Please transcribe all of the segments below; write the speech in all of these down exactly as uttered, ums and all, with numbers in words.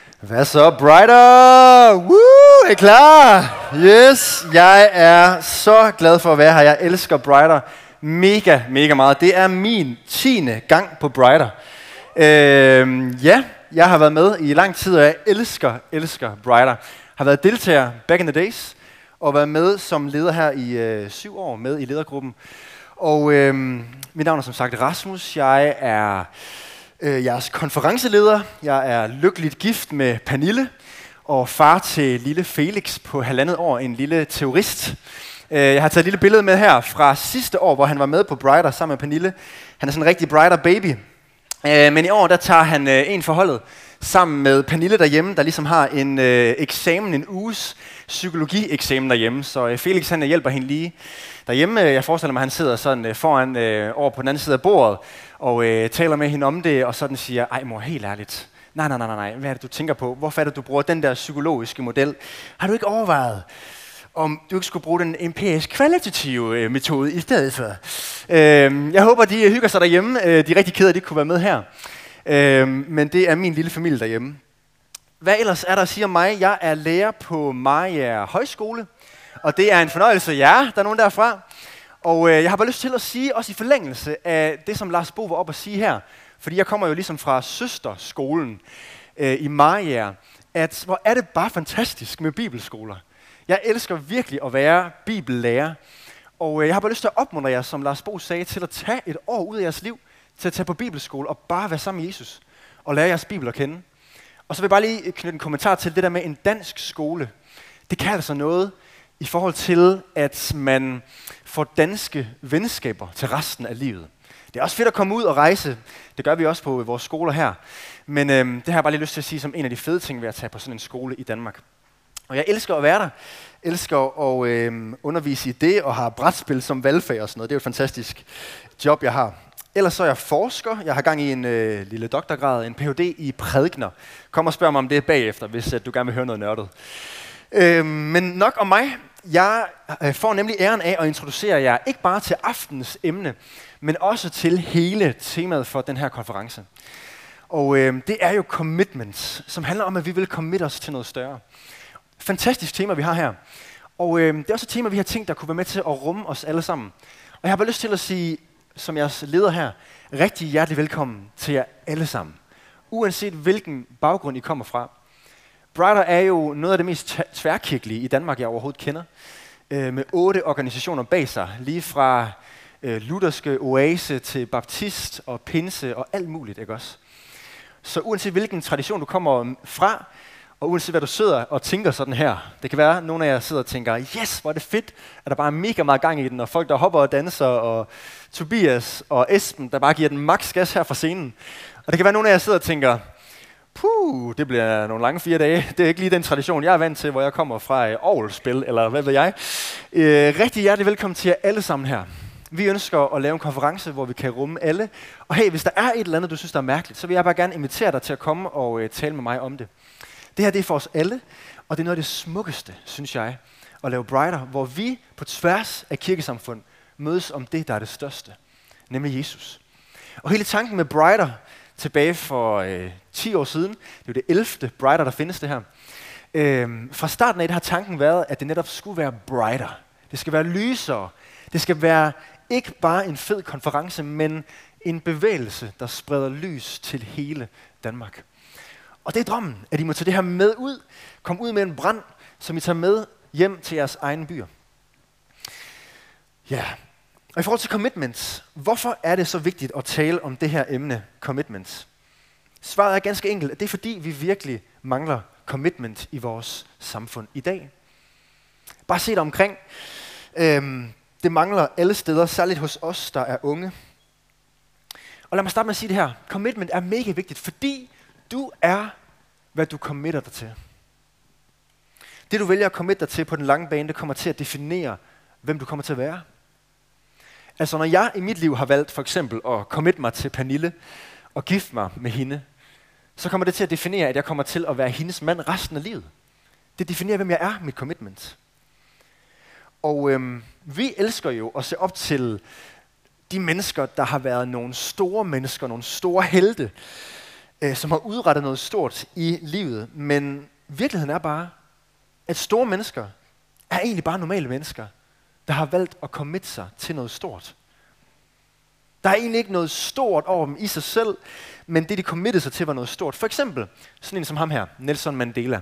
Hvad så, Brighter? Woo! Er I klar? Yes, jeg er så glad for at være her. Jeg elsker Brighter mega, mega meget. Det er min tiende gang på Brighter. Øh, ja, jeg har været med i lang tid, og jeg elsker, elsker Brighter. Har været deltager back in the days, og været med som leder her i øh, syv år, med i ledergruppen. Og øh, mit navn er som sagt Rasmus. Jeg er øh, jeres konferenceleder. Jeg er lykkeligt gift med Pernille, og far til lille Felix på halvandet år, en lille terrorist. Øh, jeg har taget et lille billede med her fra sidste år, hvor han var med på Brighter sammen med Pernille. Han er sådan en rigtig Brighter baby. Øh, men i år, der tager han øh, en forholdet sammen med Pernille derhjemme, der ligesom har en øh, eksamen, en uges psykologi-eksamen derhjemme. Så øh, Felix han hjælper hende lige derhjemme. Jeg forestiller mig, at han sidder sådan øh, foran øh, over på den anden side af bordet og øh, taler med hende om det, og sådan siger, ej mor, helt ærligt. Nej, nej, nej, nej, hvad er det, du tænker på? Hvorfor er det, du bruger den der psykologiske model? Har du ikke overvejet, om du ikke skulle bruge den empirisk kvalitative øh, metode i stedet for? Øh, jeg håber, de hygger sig derhjemme. Øh, de er rigtig kede af, at de ikke kunne være med her. Øh, men det er min lille familie derhjemme. Hvad ellers er der at sige om mig? Jeg er lærer på Mariager Højskole, og det er en fornøjelse, ja, der er nogen derfra. Og øh, jeg har bare lyst til at sige, også i forlængelse af det, som Lars Bo var op at sige her, fordi jeg kommer jo ligesom fra søsterskolen øh, i Mariager, at hvor er det bare fantastisk med bibelskoler. Jeg elsker virkelig at være bibellærer, og øh, jeg har bare lyst til at opmuntre jer, som Lars Bo sagde, til at tage et år ud af jeres liv, til at tage på bibelskole og bare være sammen med Jesus og lære jeres bibel at kende. Og så vil jeg bare lige knytte en kommentar til det der med en dansk skole. Det kan altså noget i forhold til, at man får danske venskaber til resten af livet. Det er også fedt at komme ud og rejse. Det gør vi også på vores skoler her. Men øhm, det har jeg bare lige lyst til at sige som en af de fede ting ved at tage på sådan en skole i Danmark. Og jeg elsker at være der. Elsker at øhm, undervise i det og har brætspil som valgfag og sådan noget. Det er jo et fantastisk job, jeg har. Ellers så er jeg forsker. Jeg har gang i en øh, lille doktorgrad, en P H D i prædikener. Kom og spørg mig om det bagefter, hvis at du gerne vil høre noget nørdet. Øh, men nok om mig. Jeg øh, får nemlig æren af at introducere jer ikke bare til aftens emne, men også til hele temaet for den her konference. Og øh, det er jo commitment, som handler om, at vi vil commit os til noget større. Fantastisk tema, vi har her. Og øh, det er også et tema, vi har tænkt, der kunne være med til at rumme os alle sammen. Og jeg har bare lyst til at sige, som jeres leder her, rigtig hjertelig velkommen til jer alle sammen. Uanset hvilken baggrund I kommer fra. Brighter er jo noget af det mest tværkirkelige i Danmark, jeg overhovedet kender. Øh, med otte organisationer bag sig. Lige fra øh, lutherske oase til baptist og pinse og alt muligt, ikke også? Så uanset hvilken tradition du kommer fra, og uanset hvad du sidder og tænker sådan her. Det kan være, at nogle af jer sidder og tænker, yes, hvor er det fedt, at der bare er mega meget gang i den, og folk, der hopper og danser, og Tobias og Esben, der bare giver den maks gas her fra scenen. Og det kan være, at nogle af jer sidder og tænker, puh, det bliver nogle lange fire dage. Det er ikke lige den tradition, jeg er vant til, hvor jeg kommer fra øh, orgelspil, eller hvad ved jeg. Øh, rigtig hjertelig velkommen til jer alle sammen her. Vi ønsker at lave en konference, hvor vi kan rumme alle. Og hey, hvis der er et eller andet, du synes, der er mærkeligt, så vil jeg bare gerne invitere dig til at komme og øh, tale med mig om det. Det her det er for os alle, og det er noget af det smukkeste, synes jeg, at lave Brighter, hvor vi på tværs af kirkesamfund mødes om det, der er det største, nemlig Jesus. Og hele tanken med Brighter tilbage for øh, ti år siden, det er jo det ellevte Brighter, der findes det her. Øh, fra starten af det har tanken været, at det netop skulle være Brighter. Det skal være lysere. Det skal være ikke bare en fed konference, men en bevægelse, der spreder lys til hele Danmark. Og det er drømmen, at I må tage det her med ud. Kom ud med en brand, som I tager med hjem til jeres egen byer. Ja, og i forhold til commitments, hvorfor er det så vigtigt at tale om det her emne, commitments? Svaret er ganske enkelt, at det er fordi, vi virkelig mangler commitment i vores samfund i dag. Bare se dig omkring. Øhm, det mangler alle steder, særligt hos os, der er unge. Og lad mig starte med at sige det her. Commitment er mega vigtigt, fordi du er, hvad du committer dig til. Det du vælger at committe dig til på den lange bane, det kommer til at definere, hvem du kommer til at være. Altså når jeg i mit liv har valgt for eksempel at committe mig til Pernille og gifte mig med hende, så kommer det til at definere, at jeg kommer til at være hendes mand resten af livet. Det definerer, hvem jeg er, mit commitment. Og øhm, vi elsker jo at se op til de mennesker, der har været nogle store mennesker, nogle store helte. øh, som har udrettet noget stort i livet, men virkeligheden er bare, at store mennesker er egentlig bare normale mennesker, der har valgt at committe sig til noget stort. Der er egentlig ikke noget stort over dem i sig selv, men det de committede sig til var noget stort. For eksempel sådan en som ham her, Nelson Mandela,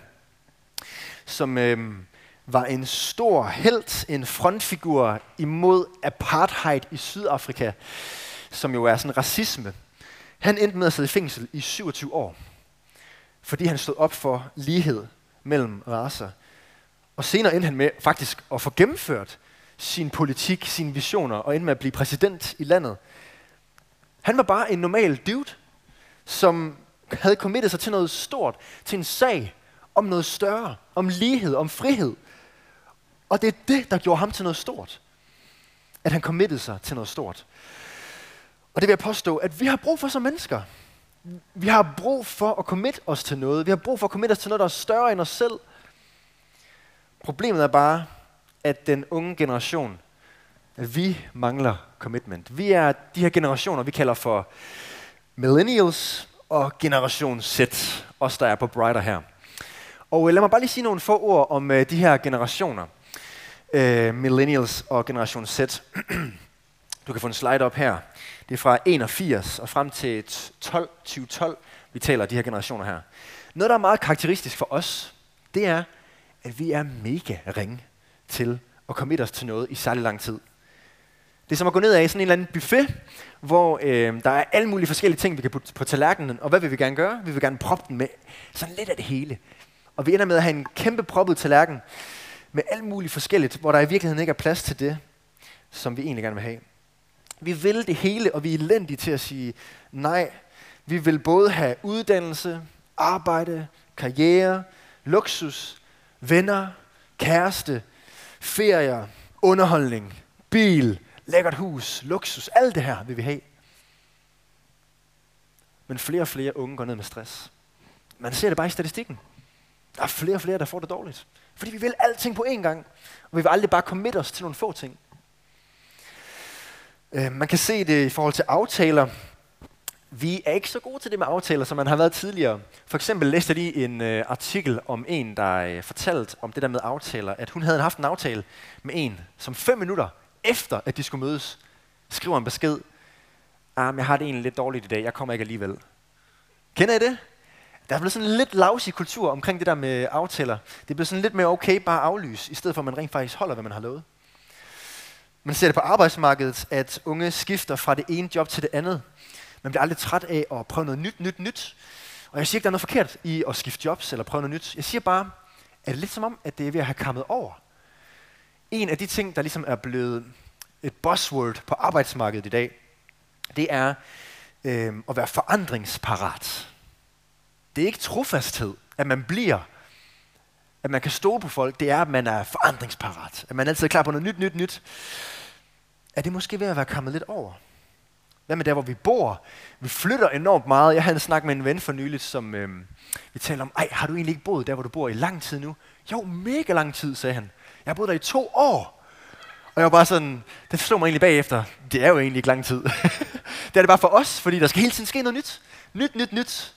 som øh, var en stor helt, en frontfigur imod apartheid i Sydafrika, som jo er sådan racisme. Han endte med at sidde i fængsel i syvogtyve år, fordi han stod op for lighed mellem racer. Og senere endte han med faktisk at få gennemført sin politik, sine visioner, og endte med at blive præsident i landet. Han var bare en normal dude, som havde committet sig til noget stort, til en sag om noget større, om lighed, om frihed. Og det er det, der gjorde ham til noget stort. At han committede sig til noget stort. Og det vil jeg påstå, at vi har brug for som mennesker. Vi har brug for at committe os til noget. Vi har brug for at committe os til noget, der er større end os selv. Problemet er bare, at den unge generation, at vi mangler commitment. Vi er de her generationer, vi kalder for millennials og generation Z, os der er på Brighter her. Og lad mig bare lige sige nogle få ord om uh, de her generationer, uh, millennials og generation Z. Du kan få en slide op her. Det er fra enogfirs og frem til tolv, tyve tolv, vi taler de her generationer her. Noget, der er meget karakteristisk for os, det er, at vi er mega ringe til at committe os til noget i særlig lang tid. Det er som at gå ned af sådan en eller anden buffet, hvor øh, der er alle mulige forskellige ting, vi kan putte på tallerkenen. Og hvad vil vi gerne gøre? Vi vil gerne proppe den med sådan lidt af det hele. Og vi ender med at have en kæmpe proppet tallerken med alt muligt forskelligt, hvor der i virkeligheden ikke er plads til det, som vi egentlig gerne vil have. Vi vil det hele, og vi er elendige til at sige nej. Vi vil både have uddannelse, arbejde, karriere, luksus, venner, kæreste, ferier, underholdning, bil, lækkert hus, luksus, alt det her vil vi have. Men flere og flere unge går ned med stress. Man ser det bare i statistikken. Der er flere og flere, der får det dårligt. Fordi vi vil alting på én gang, og vi vil aldrig bare committe os til nogle få ting. Uh, man kan se det i forhold til aftaler. Vi er ikke så gode til det med aftaler, som man har været tidligere. For eksempel læste jeg lige en uh, artikel om en, der uh, fortalte om det der med aftaler, at hun havde haft en aftale med en, som fem minutter efter, at de skulle mødes, skriver en besked. Ah, jeg har det egentlig lidt dårligt i dag, jeg kommer ikke alligevel. Kender I det? Der er blevet sådan en lidt lousy kultur omkring det der med aftaler. Det bliver sådan lidt mere okay bare at aflyse, i stedet for at man rent faktisk holder, hvad man har lovet. Man ser det på arbejdsmarkedet, at unge skifter fra det ene job til det andet. Man bliver aldrig træt af at prøve noget nyt, nyt, nyt. Og jeg siger ikke, der er noget forkert i at skifte jobs eller prøve noget nyt. Jeg siger bare, at det er lidt som om, at det er ved at have kammet over. En af de ting, der ligesom er blevet et buzzword på arbejdsmarkedet i dag, det er øh, at være forandringsparat. Det er ikke trofasthed, at man bliver, at man kan stole på folk. Det er, at man er forandringsparat. At man altid er klar på noget nyt, nyt, nyt. Er det måske ved at være kommet lidt over? Hvad med der, hvor vi bor? Vi flytter enormt meget. Jeg havde en snak med en ven for nyligt, som øh, vi talte om, ej, har du egentlig ikke boet der, hvor du bor i lang tid nu? Jo, mega lang tid, sagde han. Jeg har boet der i to år. Og jeg var bare sådan, det slog mig egentlig bagefter. Det er jo egentlig ikke lang tid. Det er det bare for os, fordi der skal hele tiden ske noget nyt. Nyt, nyt, nyt.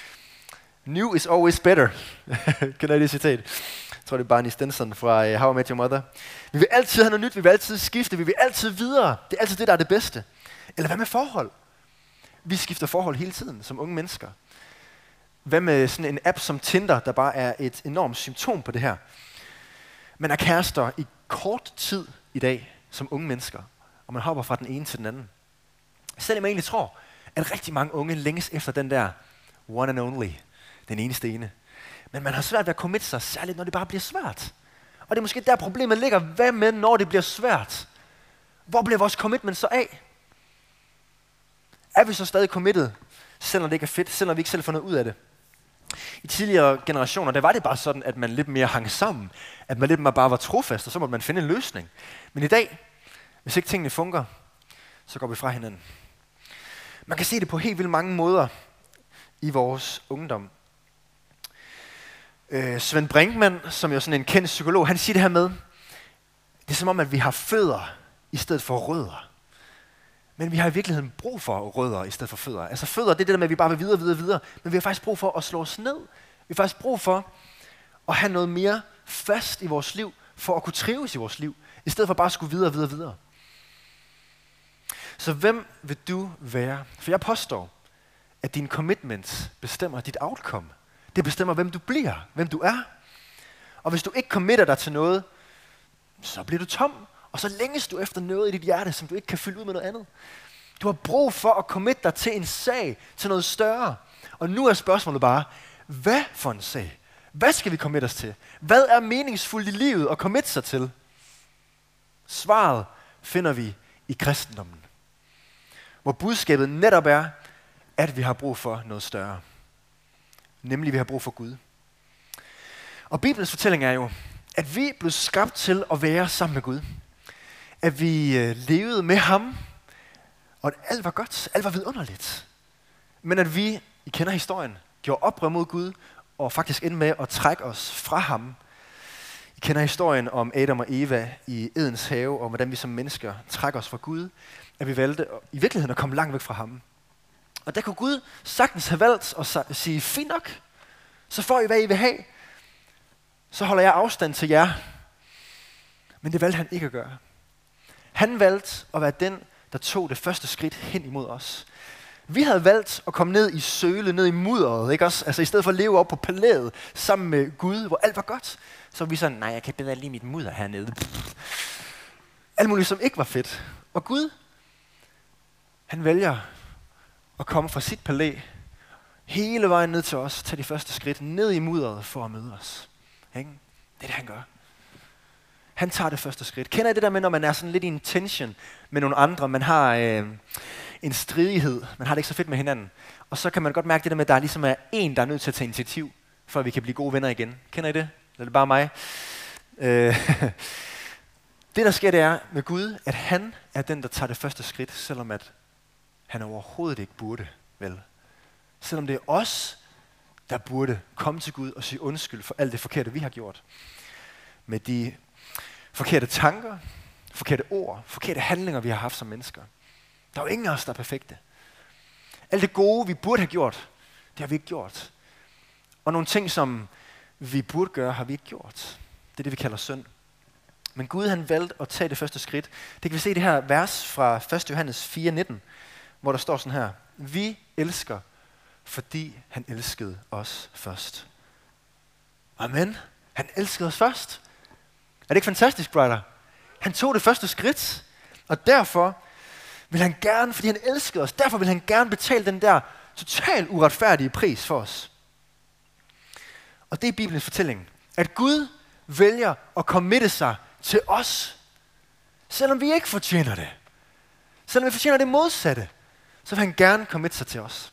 New is always better. Kender I det citat? Jeg tror, det er Barney Stinson fra uh, How I Met Your Mother. Vi vil altid have noget nyt, vi vil altid skifte, vi vil altid videre. Det er altid det, der er det bedste. Eller hvad med forhold? Vi skifter forhold hele tiden, som unge mennesker. Hvad med sådan en app som Tinder, der bare er et enormt symptom på det her? Man er kærester i kort tid i dag, som unge mennesker, og man hopper fra den ene til den anden. Selvom jeg egentlig tror, at rigtig mange unge længes efter den der one and only, den eneste ene. Men man har svært ved at committe sig, særligt når det bare bliver svært. Og det er måske der problemet ligger. Hvad med, når det bliver svært? Hvor bliver vores commitment så af? Er vi så stadig committed, selvom det ikke er fedt, selvom vi ikke selv får noget ud af det? I tidligere generationer, der var det bare sådan, at man lidt mere hang sammen. At man lidt mere bare var trofast, og så måtte man finde en løsning. Men i dag, hvis ikke tingene fungerer, så går vi fra hinanden. Man kan se det på helt vildt mange måder i vores ungdom. Øh, Svend Brinkmann, som jo er sådan en kendt psykolog, han siger det her med, det er som om, at vi har fødder i stedet for rødder. Men vi har i virkeligheden brug for rødder i stedet for fødder. Altså fødder, det er det der med, at vi bare vil videre, videre, videre. Men vi har faktisk brug for at slå os ned. Vi har faktisk brug for at have noget mere fast i vores liv, for at kunne trives i vores liv, i stedet for bare at skulle videre, videre, videre. Så hvem vil du være? For jeg påstår, at dine commitments bestemmer dit outcome. Det bestemmer, hvem du bliver, hvem du er. Og hvis du ikke committer dig til noget, så bliver du tom. Og så længes du efter noget i dit hjerte, som du ikke kan fylde ud med noget andet. Du har brug for at committe dig til en sag, til noget større. Og nu er spørgsmålet bare, hvad for en sag? Hvad skal vi committe os til? Hvad er meningsfuldt i livet at committe sig til? Svaret finder vi i kristendommen. Hvor budskabet netop er, at vi har brug for noget større. Nemlig, vi har brug for Gud. Og Bibelens fortælling er jo, at vi blev skabt til at være sammen med Gud. At vi øh, levede med ham, og at alt var godt, alt var vidunderligt. Men at vi, I kender historien, gjorde oprør mod Gud, og faktisk endte med at trække os fra ham. I kender historien om Adam og Eva i Edens have, og hvordan vi som mennesker trækker os fra Gud, at vi valgte i virkeligheden at komme langt væk fra ham. Og der kunne Gud sagtens have valgt at sige, fint nok, så får I hvad I vil have. Så holder jeg afstand til jer. Men det valgte han ikke at gøre. Han valgte at være den, der tog det første skridt hen imod os. Vi havde valgt at komme ned i søle, ned i mudderet, ikke også? Altså i stedet for at leve op på palæet sammen med Gud, hvor alt var godt, så var vi sådan, nej, jeg kan bedre lide mit mudder hernede. Alt muligt, som ikke var fedt. Og Gud, han vælger at komme fra sit palæ, hele vejen ned til os, tage de første skridt ned i mudderet for at møde os. Ikke? Det er det, han gør. Han tager det første skridt. Kender I det der med, når man er sådan lidt i en tension med nogle andre, man har øh, en stridighed, man har det ikke så fedt med hinanden, og så kan man godt mærke det der med, at der ligesom er en, der er nødt til at tage initiativ, for at vi kan blive gode venner igen. Kender I det? Eller er det bare mig? Øh, det, der sker, det er med Gud, at han er den, der tager det første skridt, selvom at han overhovedet ikke burde, vel? Selvom det er os, der burde komme til Gud og sige undskyld for alt det forkerte, vi har gjort. Med de forkerte tanker, forkerte ord, forkerte handlinger, vi har haft som mennesker. Der er jo ingen af os, der er perfekte. Alt det gode, vi burde have gjort, det har vi ikke gjort. Og nogle ting, som vi burde gøre, har vi ikke gjort. Det er det, vi kalder synd. Men Gud, han valgte at tage det første skridt. Det kan vi se i det her vers fra første Johannes fire nitten, hvor der står sådan her. Vi elsker, fordi han elskede os først. Amen. Han elskede os først. Er det ikke fantastisk, brother? Han tog det første skridt, og derfor vil han gerne, fordi han elskede os, derfor vil han gerne betale den der totalt uretfærdige pris for os. Og det er Bibelens fortælling, at Gud vælger at committe sig til os, selvom vi ikke fortjener det. Selvom vi fortjener det modsatte, så vil han gerne committe sig til os.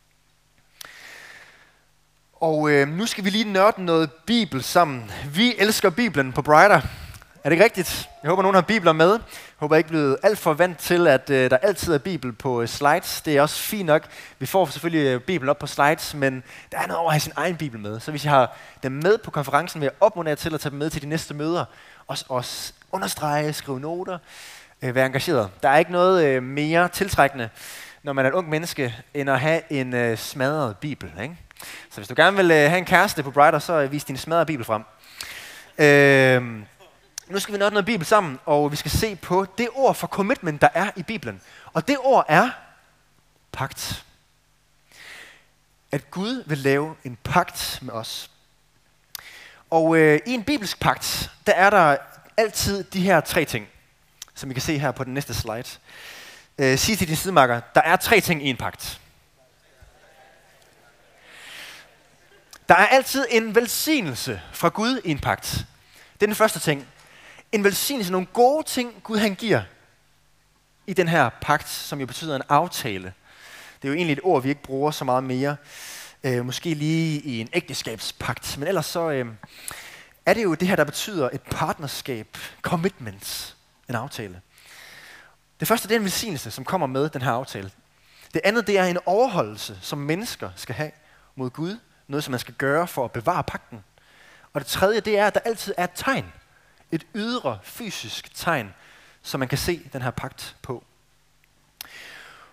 Og øh, nu skal vi lige nørde noget Bibel sammen. Vi elsker Bibelen på Brighter. Er det ikke rigtigt? Jeg håber, nogen har bibler med. Jeg håber, jeg ikke er blevet alt for vant til, at øh, der altid er Bibel på øh, slides. Det er også fint nok. Vi får selvfølgelig øh, Bibelen op på slides, men der er noget over at have sin egen Bibel med. Så hvis I har dem med på konferencen, vil jeg opmuntre jer til at tage dem med til de næste møder. Og også understrege, skrive noter, øh, være engageret. Der er ikke noget øh, mere tiltrækkende, når man er et ung menneske, end at have en øh, smadret Bibel, ikke? Så hvis du gerne vil øh, have en kæreste på Brighter, så øh, vis din smadrede Bibel frem. Øh, nu skal vi nørde noget Bibel sammen, og vi skal se på det ord for commitment, der er i Bibelen. Og det ord er pagt. At Gud vil lave en pagt med os. Og øh, i en bibelsk pagt, der er der altid de her tre ting, som I kan se her på den næste slide. Øh, sig til din sidemarker, der er tre ting i en pagt. Der er altid en velsignelse fra Gud i en pagt. Det er den første ting. En velsignelse, nogle gode ting, Gud han giver i den her pagt, som jo betyder en aftale. Det er jo egentlig et ord, vi ikke bruger så meget mere. Øh, måske lige i en ægteskabspagt. Men ellers så øh, er det jo det her, der betyder et partnerskab, commitments, en aftale. Det første, det er en velsignelse, som kommer med den her aftale. Det andet, det er en overholdelse, som mennesker skal have mod Gud. Noget, som man skal gøre for at bevare pagten. Og det tredje, det er, at der altid er et tegn. Et ydre, fysisk tegn, som man kan se den her pagt på.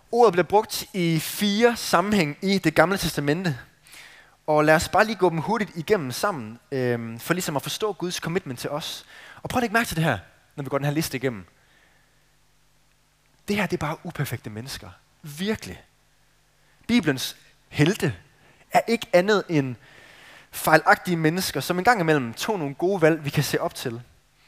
Ordet bliver brugt i fire sammenhæng i Det Gamle Testamente. Og lad os bare lige gå dem hurtigt igennem sammen, øh, for ligesom at forstå Guds commitment til os. Og prøv at lægge mærke til det her, når vi går den her liste igennem. Det her, det er bare uperfekte mennesker. Virkelig. Bibelens helte er ikke andet end fejlagtige mennesker, som en gang imellem tog nogle gode valg, vi kan se op til.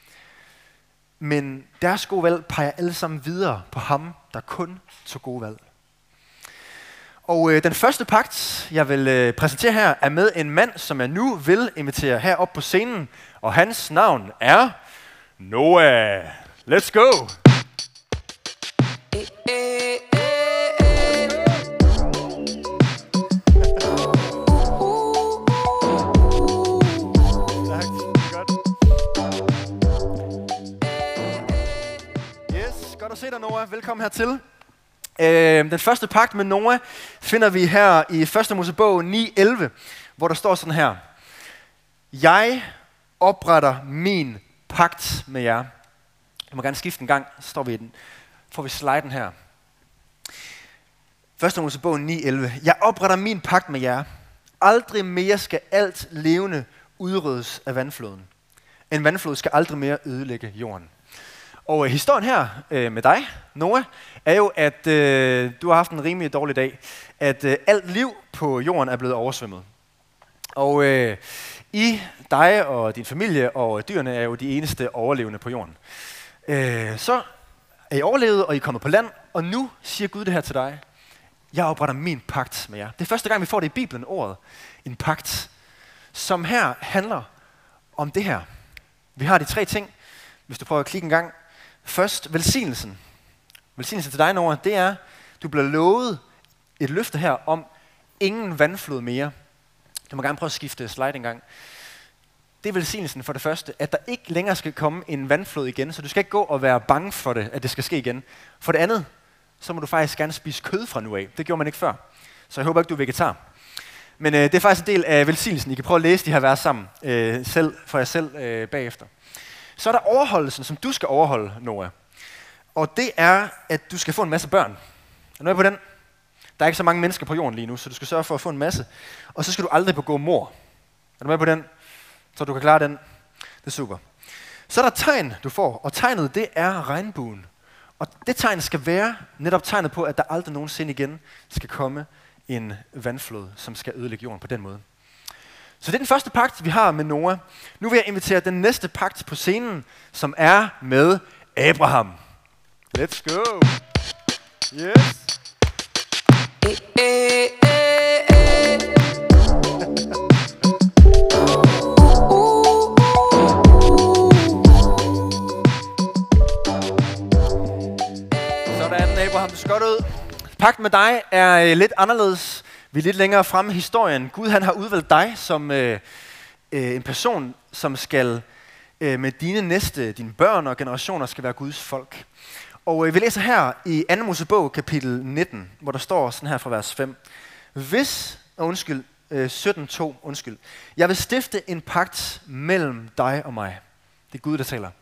Men deres gode valg peger alle sammen videre på ham, der kun tog gode valg. Og øh, den første pagt, jeg vil øh, præsentere her, er med en mand, som jeg nu vil invitere herop på scenen. Og hans navn er Noah. Let's go! Godt at se dig, Noah. Velkommen hertil. Øh, den første pagt med Noah finder vi her i første Mosebog ni elleve, hvor der står sådan her. Jeg opretter min pagt med jer. Jeg må gerne skifte en gang, så står vi i den. Får vi sliden her. første Mosebog ni elleve. Jeg opretter min pagt med jer. Aldrig mere skal alt levende udryddes af vandfloden. En vandflod skal aldrig mere ødelægge jorden. Og øh, historien her øh, med dig, Noah, er jo, at øh, du har haft en rimelig dårlig dag. At øh, alt liv på jorden er blevet oversvømmet. Og øh, I, dig og din familie og dyrene er jo de eneste overlevende på jorden. Øh, så er I overlevet, og I er kommet på land, og nu siger Gud det her til dig. Jeg opretter min pagt med jer. Det er første gang, vi får det i Bibelen, ordet. En pagt, som her handler om det her. Vi har de tre ting. Hvis du prøver at klikke en gang. Først, velsignelsen. Velsignelsen til dig, Noah, det er, du bliver lovet et løfte her om ingen vandflod mere. Du må gerne prøve at skifte slide en gang. Det er velsignelsen for det første, at der ikke længere skal komme en vandflod igen, så du skal ikke gå og være bange for det, at det skal ske igen. For det andet, så må du faktisk gerne spise kød fra nu af. Det gjorde man ikke før. Så jeg håber ikke, du er vegetar. Men øh, det er faktisk en del af velsignelsen. I kan prøve at læse de her vers sammen øh, selv, for jer selv øh, bagefter. Så er der overholdelsen, som du skal overholde, Noah. Og det er, at du skal få en masse børn. Er du med på den? Der er ikke så mange mennesker på jorden lige nu, så du skal sørge for at få en masse. Og så skal du aldrig begå mord. Er du med på den? Så du kan klare den. Det er super. Så er der tegn, du får. Og tegnet, det er regnbuen. Og det tegn skal være netop tegnet på, at der aldrig nogensinde igen skal komme en vandflod, som skal ødelægge jorden på den måde. Så det er den første pagt, vi har med Noah. Nu vil jeg invitere den næste pagt på scenen, som er med Abraham. Let's go! Yes! Sådan, Abraham, du ser godt ud. Pagten med dig er lidt anderledes. Vi er lidt længere fremme i historien. Gud han har udvalgt dig som øh, øh, en person, som skal øh, med dine næste, dine børn og generationer, skal være Guds folk. Og øh, vi læser her i anden Mosebog, kapitel nitten, hvor der står sådan her fra vers fem. Hvis, og undskyld, øh, sytten to, undskyld. Jeg vil stifte en pagt mellem dig og mig. Det er Gud, der taler.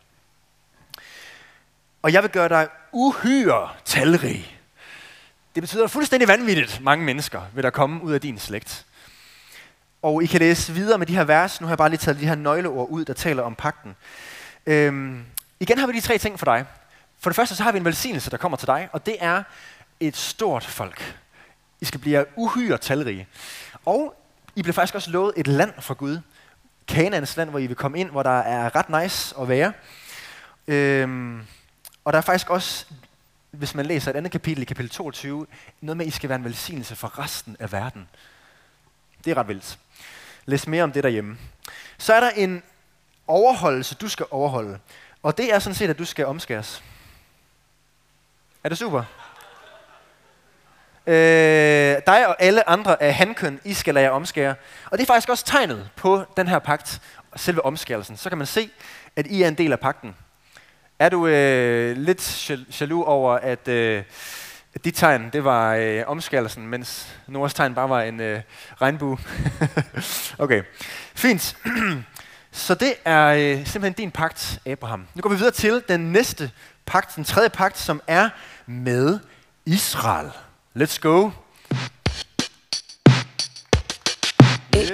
Og jeg vil gøre dig uhyre talrig. Det betyder fuldstændig vanvittigt mange mennesker vil der komme ud af din slægt. Og I kan læse videre med de her vers. Nu har jeg bare lige taget de her nøgleord ud, der taler om pagten. Øhm, igen har vi de tre ting for dig. For det første så har vi en velsignelse, der kommer til dig, og det er et stort folk. I skal blive uhyre talrige. Og I bliver faktisk også lovet et land fra Gud. Kanaans land, hvor I vil komme ind, hvor der er ret nice at være. Øhm, og der er faktisk også, hvis man læser et andet kapitel i kapitel toogtyve, noget med, at I skal være en velsignelse for resten af verden. Det er ret vildt. Læs mere om det derhjemme. Så er der en overholdelse, du skal overholde. Og det er sådan set, at du skal omskæres. Er det super? Øh, dig og alle andre af hankøn, I skal lade jer omskære. Og det er faktisk også tegnet på den her pagt, selve omskærelsen. Så kan man se, at I er en del af pagten. Er du øh, lidt jaloux over, at øh, dit tegn, det var øh, omskærelsen, mens Noahs tegn bare var en øh, regnbue? Okay, fint. Så det er øh, simpelthen din pagt, Abraham. Nu går vi videre til den næste pagt, den tredje pagt, som er med Israel. Let's go. Yes.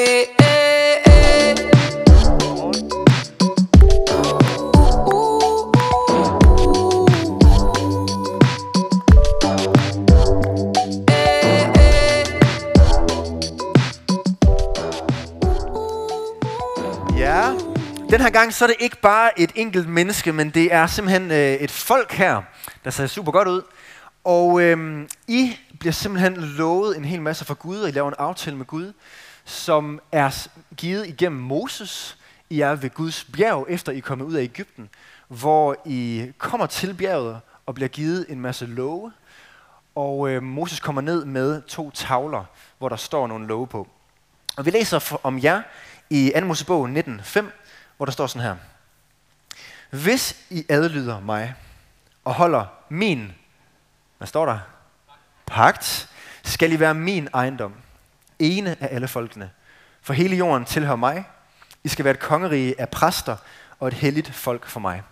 Ja, den her gang så er det ikke bare et enkelt menneske, men det er simpelthen øh, et folk her, der ser super godt ud. Og øh, I bliver simpelthen lovet en hel masse fra Gud, og I laver en aftale med Gud, som er givet igennem Moses. I er ved Guds bjerg, efter I er kommet ud af Egypten, hvor I kommer til bjerget og bliver givet en masse love. Og øh, Moses kommer ned med to tavler, hvor der står nogle love på. Og vi læser for, om jer i anden Mosebog nitten fem, hvor der står sådan her. Hvis I adlyder mig og holder min, hvad står der? Pagt, skal I være min ejendom, ene af alle folkene. For hele jorden tilhører mig. I skal være et kongerige af præster og et helligt folk for mig.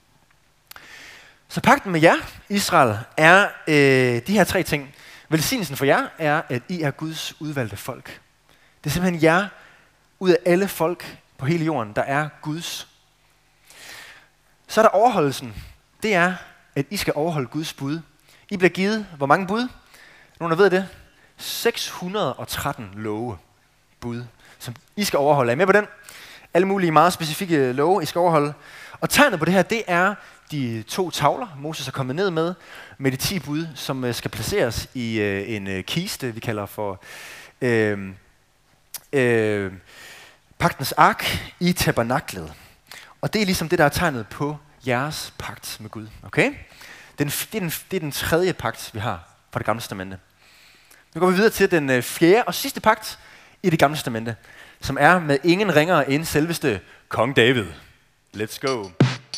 Så pagten med jer, Israel, er øh, de her tre ting. Velsignelsen for jer er, at I er Guds udvalgte folk. Det er simpelthen jer, ud af alle folk på hele jorden, der er Guds. Så er der overholdelsen. Det er, at I skal overholde Guds bud. I bliver givet, hvor mange bud? Nogen der ved det? seks hundrede og tretten love bud, som I skal overholde. Er I med på den? Alle mulige meget specifikke love, I skal overholde. Og tegnet på det her, det er de to tavler, Moses er kommet ned med, med de ti bud, som skal placeres i øh, en øh, kiste, vi kalder for øh, øh, pagtens ark i tabernaklet. Og det er ligesom det, der er tegnet på jeres pagt med Gud. Okay? Den, det, er den, det er den tredje pagt, vi har fra det gamle testamente. Nu går vi videre til den fjerde og sidste pagt i det gamle testamente, som er med ingen ringere end selveste kong David. Let's go.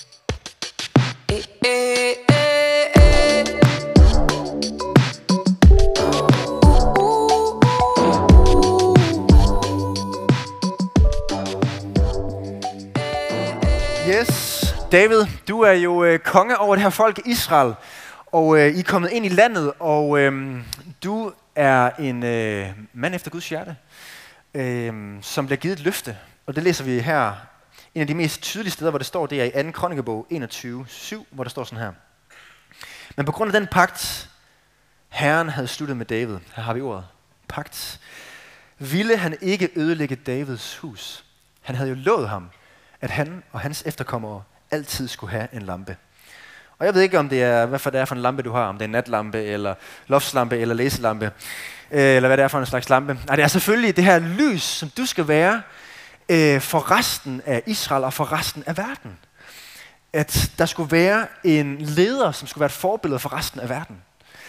Yes, David, du er jo øh, konge over det her folk Israel, og øh, I er kommet ind i landet, og øh, du er en øh, mand efter Guds hjerte, øh, som bliver givet et løfte, og det læser vi her. En af de mest tydelige steder, hvor det står, det er i anden Krønikebog enogtyve syv, hvor der står sådan her. Men på grund af den pagt, Herren havde sluttet med David, her har vi ordet, pagt, ville han ikke ødelægge Davids hus. Han havde jo lovet ham, at han og hans efterkommere altid skulle have en lampe. Og jeg ved ikke, om det er, hvad for det er for en lampe, du har. Om det er en natlampe, eller loftslampe, eller læselampe. Eller hvad det er for en slags lampe. Nej, det er selvfølgelig det her lys, som du skal være øh, for resten af Israel og for resten af verden. At der skulle være en leder, som skulle være et forbillede for resten af verden.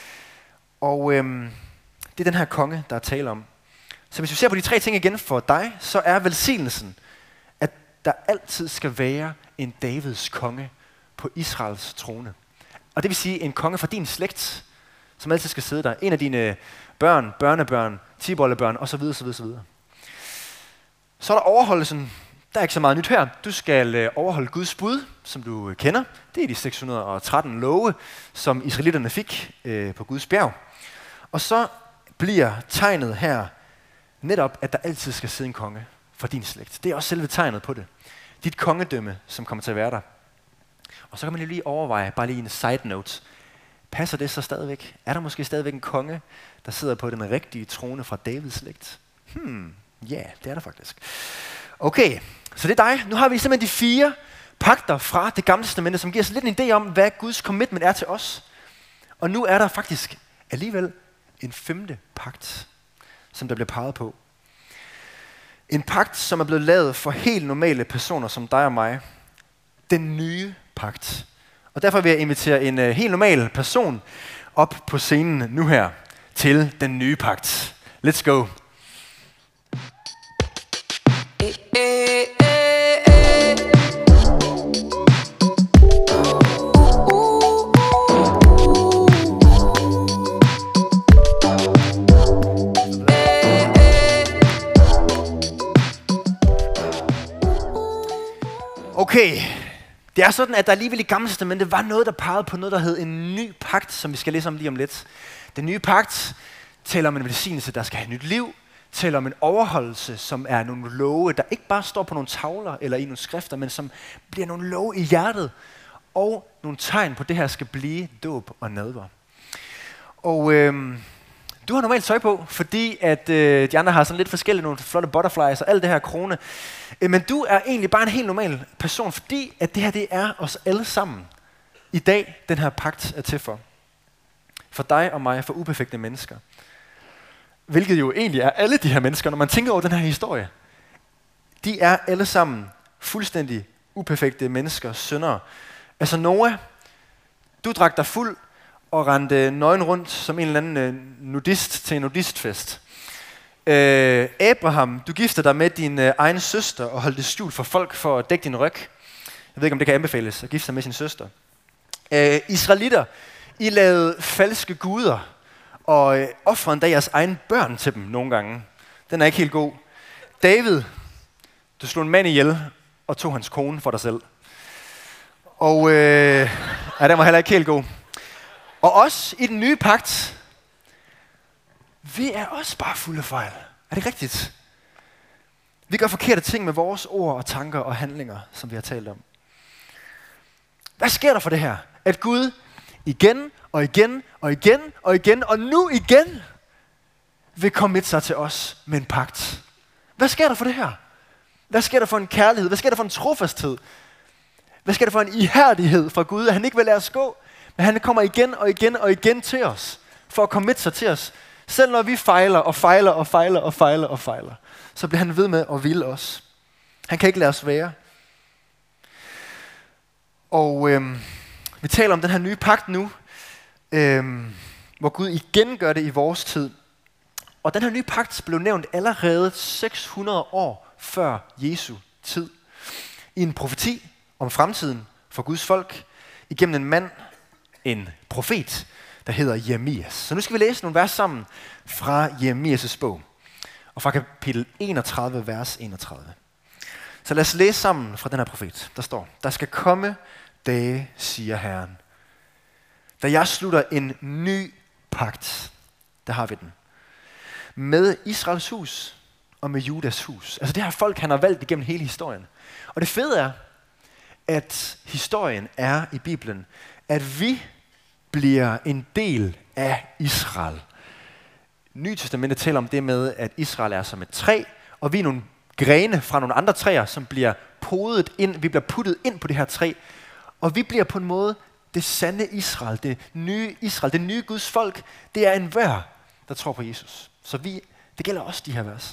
Og øh, det er den her konge, der er tale om. Så hvis vi ser på de tre ting igen for dig, så er velsignelsen, at der altid skal være en Davids konge på Israels trone. Og det vil sige en konge fra din slægt, som altid skal sidde der. En af dine børn, børnebørn, tibollebørn osv. osv., osv. Så er der overholdelsen. Der er ikke så meget nyt her. Du skal øh, overholde Guds bud, som du kender. Det er de seks hundrede og tretten love, som israelitterne fik øh, på Guds bjerg. Og så bliver tegnet her netop, at der altid skal sidde en konge fra din slægt. Det er også selve tegnet på det. Dit kongedømme, som kommer til at være der. Og så kan man jo lige overveje, bare lige en side note. Passer det så stadigvæk? Er der måske stadigvæk en konge, der sidder på den rigtige trone fra Davids slægt? Hmm, ja, yeah, det er der faktisk. Okay, så det er dig. Nu har vi simpelthen de fire pagter fra det gamle testamente, som giver os lidt en idé om, hvad Guds commitment er til os. Og nu er der faktisk alligevel en femte pagt, som der bliver peget på. En pagt, som er blevet lavet for helt normale personer som dig og mig. Den nye pagt. Og derfor vil jeg invitere en uh, helt normal person op på scenen nu her til den nye pagt. Let's go. Okay, det er sådan, at der alligevel i Gamle Testamentet var noget, der pegede på noget, der hed en ny pagt, som vi skal læse om lige om lidt. Den nye pagt taler om en velsignelse, der skal have nyt liv, taler om en overholdelse, som er nogle love, der ikke bare står på nogle tavler eller i nogle skrifter, men som bliver nogle love i hjertet, og nogle tegn på det her skal blive dåb og nadver. Og øhm, du har normalt tøj på, fordi at øh, de andre har sådan lidt forskellige, nogle flotte butterflies og alt det her krone. Øh, men du er egentlig bare en helt normal person, fordi at det her det er os alle sammen. I dag, den her pagt er til for. For dig og mig, for uperfekte mennesker. Hvilket jo egentlig er alle de her mennesker, når man tænker over den her historie. De er alle sammen fuldstændig uperfekte mennesker, syndere. Altså Noah, du drak dig fuld og rendte nøgen rundt som en eller anden nudist til en nudistfest. Øh, Abraham, du giftede dig med din øh, egen søster og holdt det skjult for folk for at dække din ryg. Jeg ved ikke, om det kan anbefales at gifte sig med sin søster. Øh, Israelitter, I lavede falske guder og øh, offrede endda jeres egne børn til dem nogle gange. Den er ikke helt god. David, du slog en mand ihjel og tog hans kone for dig selv. Og øh, ja, den var heller ikke helt god. Og os i den nye pagt, vi er også bare fulde af fejl. Er det rigtigt? Vi gør forkerte ting med vores ord og tanker og handlinger, som vi har talt om. Hvad sker der for det her? At Gud igen og igen og igen og igen og nu igen vil komme sig til os med en pagt. Hvad sker der for det her? Hvad sker der for en kærlighed? Hvad sker der for en trofasthed? Hvad sker der for en ihærdighed fra Gud, at han ikke vil lade os gå? Men han kommer igen og igen og igen til os, for at komme sig til os. Selv når vi fejler og fejler og fejler og fejler og fejler, så bliver han ved med at ville os. Han kan ikke lade os være. Og øhm, vi taler om den her nye pagt nu, øhm, hvor Gud igen gør det i vores tid. Og den her nye pagt blev nævnt allerede seks hundrede år før Jesu tid. I en profeti om fremtiden for Guds folk, igennem en mand, en profet, der hedder Jeremias. Så nu skal vi læse nogle vers sammen fra Jeremias' bog, og fra kapitel enogtredive, vers enogtredive. Så lad os læse sammen fra den her profet. Der står, der skal komme dage, siger Herren, da jeg slutter en ny pagt, der har vi den, med Israels hus og med Judas hus. Altså det her folk, han har valgt igennem hele historien. Og det fede er, at historien er i Bibelen, at vi bliver en del af Israel. Nye Testamentet taler om det med, at Israel er som et træ, og vi er nogle grene fra nogle andre træer, som bliver podet ind, vi bliver puttet ind på det her træ, og vi bliver på en måde det sande Israel, det nye Israel, det nye Guds folk, det er enhver, der tror på Jesus. Så vi, det gælder også de her vers.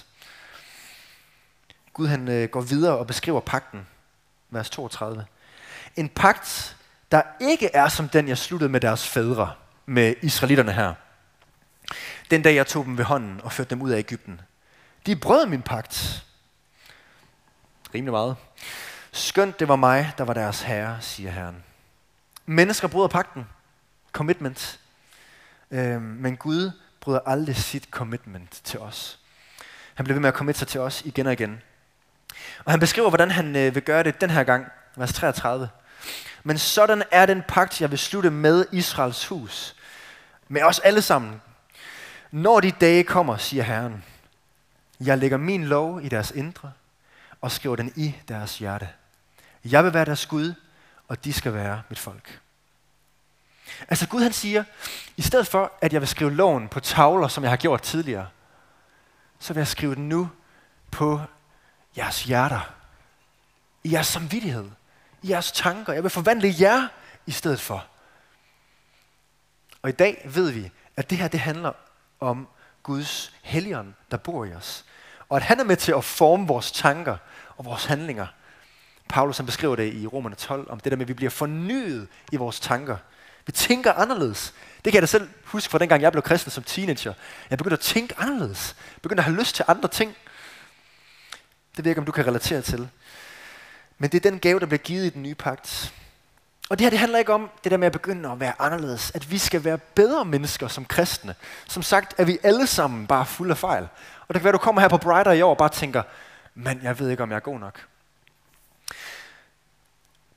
Gud han øh, går videre og beskriver pagten, vers toogtredive. En pagt, der ikke er som den, jeg sluttede med deres fædre, med israelitterne her. Den dag, jeg tog dem ved hånden og førte dem ud af Egypten. De brød min pagt. Rimelig meget. Skønt det var mig, der var deres herre, siger Herren. Mennesker bryder pagten. Commitment. Øhm, men Gud bryder aldrig sit commitment til os. Han bliver ved med at committe sig til os igen og igen. Og han beskriver, hvordan han øh, vil gøre det den her gang. Vers treogtredive. Men sådan er den pagt, jeg vil slutte med Israels hus. Med os alle sammen. Når de dage kommer, siger Herren. Jeg lægger min lov i deres indre og skriver den i deres hjerte. Jeg vil være deres Gud, og de skal være mit folk. Altså Gud han siger, i stedet for at jeg vil skrive loven på tavler, som jeg har gjort tidligere, så vil jeg skrive den nu på jeres hjerter, i jeres samvittighed, i jeres tanker. Jeg vil forvandle jer i stedet for. Og i dag ved vi, at det her det handler om Guds helligånd, der bor i os. Og at han er med til at forme vores tanker og vores handlinger. Paulus han beskriver det i Romerne tolv, om det der med, at vi bliver fornyet i vores tanker. Vi tænker anderledes. Det kan jeg da selv huske fra dengang, jeg blev kristen som teenager. Jeg begyndte at tænke anderledes. Jeg begyndte at have lyst til andre ting. Det ved jeg ikke, om du kan relatere til. Men det er den gave, der bliver givet i den nye pagt. Og det her, det handler ikke om det der med at begynde at være anderledes. At vi skal være bedre mennesker som kristne. Som sagt er vi alle sammen bare fulde af fejl. Og det kan være, du kommer her på Brighter i år og bare tænker, men jeg ved ikke, om jeg er god nok.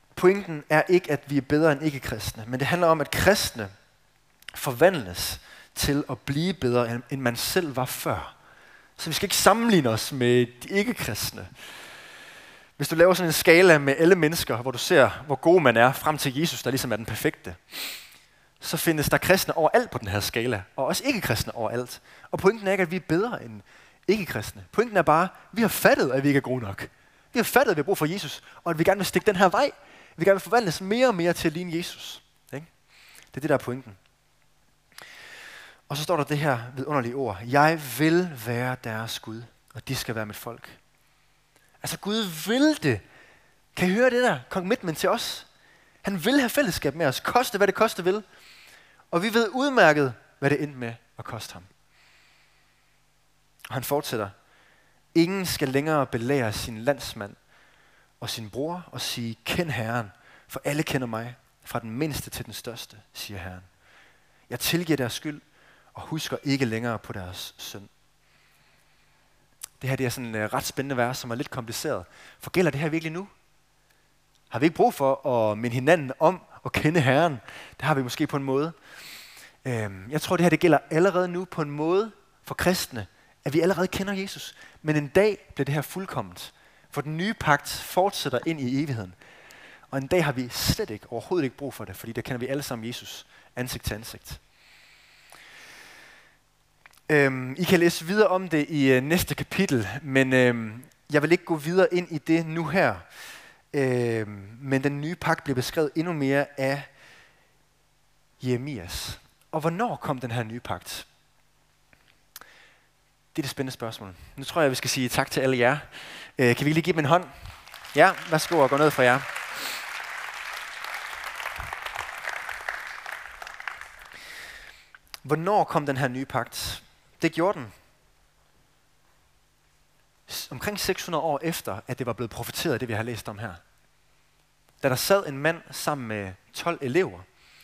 Pointen er ikke, at vi er bedre end ikke-kristne. Men det handler om, at kristne forvandles til at blive bedre, end man selv var før. Så vi skal ikke sammenligne os med de ikke-kristne. Hvis du laver sådan en skala med alle mennesker, hvor du ser, hvor god man er, frem til Jesus, der ligesom er den perfekte, så findes der kristne overalt på den her skala, og også ikke-kristne overalt. Og pointen er ikke, at vi er bedre end ikke-kristne. Pointen er bare, at vi har fattet, at vi ikke er gode nok. Vi har fattet, at vi har brug for Jesus, og at vi gerne vil stikke den her vej. Vi gerne vil forvandles mere og mere til at ligne Jesus. Ikke? Det er det, der er pointen. Og så står der det her vidunderlige ord. Jeg vil være deres Gud, og de skal være mit folk. Altså Gud vil det. Kan I høre det der commitment til os? Han vil have fællesskab med os, koste hvad det koste vil. Og vi ved udmærket, hvad det endte med at koste ham. Og han fortsætter. Ingen skal længere belære sin landsmand og sin bror og sige, kend Herren, for alle kender mig, fra den mindste til den største, siger Herren. Jeg tilgiver deres skyld og husker ikke længere på deres synd. Det her det er sådan en uh, ret spændende vers, som er lidt kompliceret. For gælder det her virkelig nu? Har vi ikke brug for at minde hinanden om at kende Herren? Det har vi måske på en måde. Øhm, jeg tror, det her det gælder allerede nu på en måde for kristne, at vi allerede kender Jesus. Men en dag bliver det her fuldkomment. For den nye pagt fortsætter ind i evigheden. Og en dag har vi slet ikke, overhovedet ikke brug for det, fordi der kender vi alle sammen Jesus ansigt til ansigt. Øhm, I kan læse videre om det i øh, næste kapitel, men øhm, jeg vil ikke gå videre ind i det nu her. Øhm, men den nye pagt bliver beskrevet endnu mere af Jeremias. Og hvornår kom den her nye pagt? Det er det spændende spørgsmål. Nu tror jeg, vi skal sige tak til alle jer. Øh, kan vi lige give dem en hånd? Ja, værsgo og gå ned fra jer. Hvornår kom den her nye pagt? Det gjorde den omkring seks hundrede år efter, at det var blevet profeteret, det vi har læst om her. Da der sad en mand sammen med tolv elever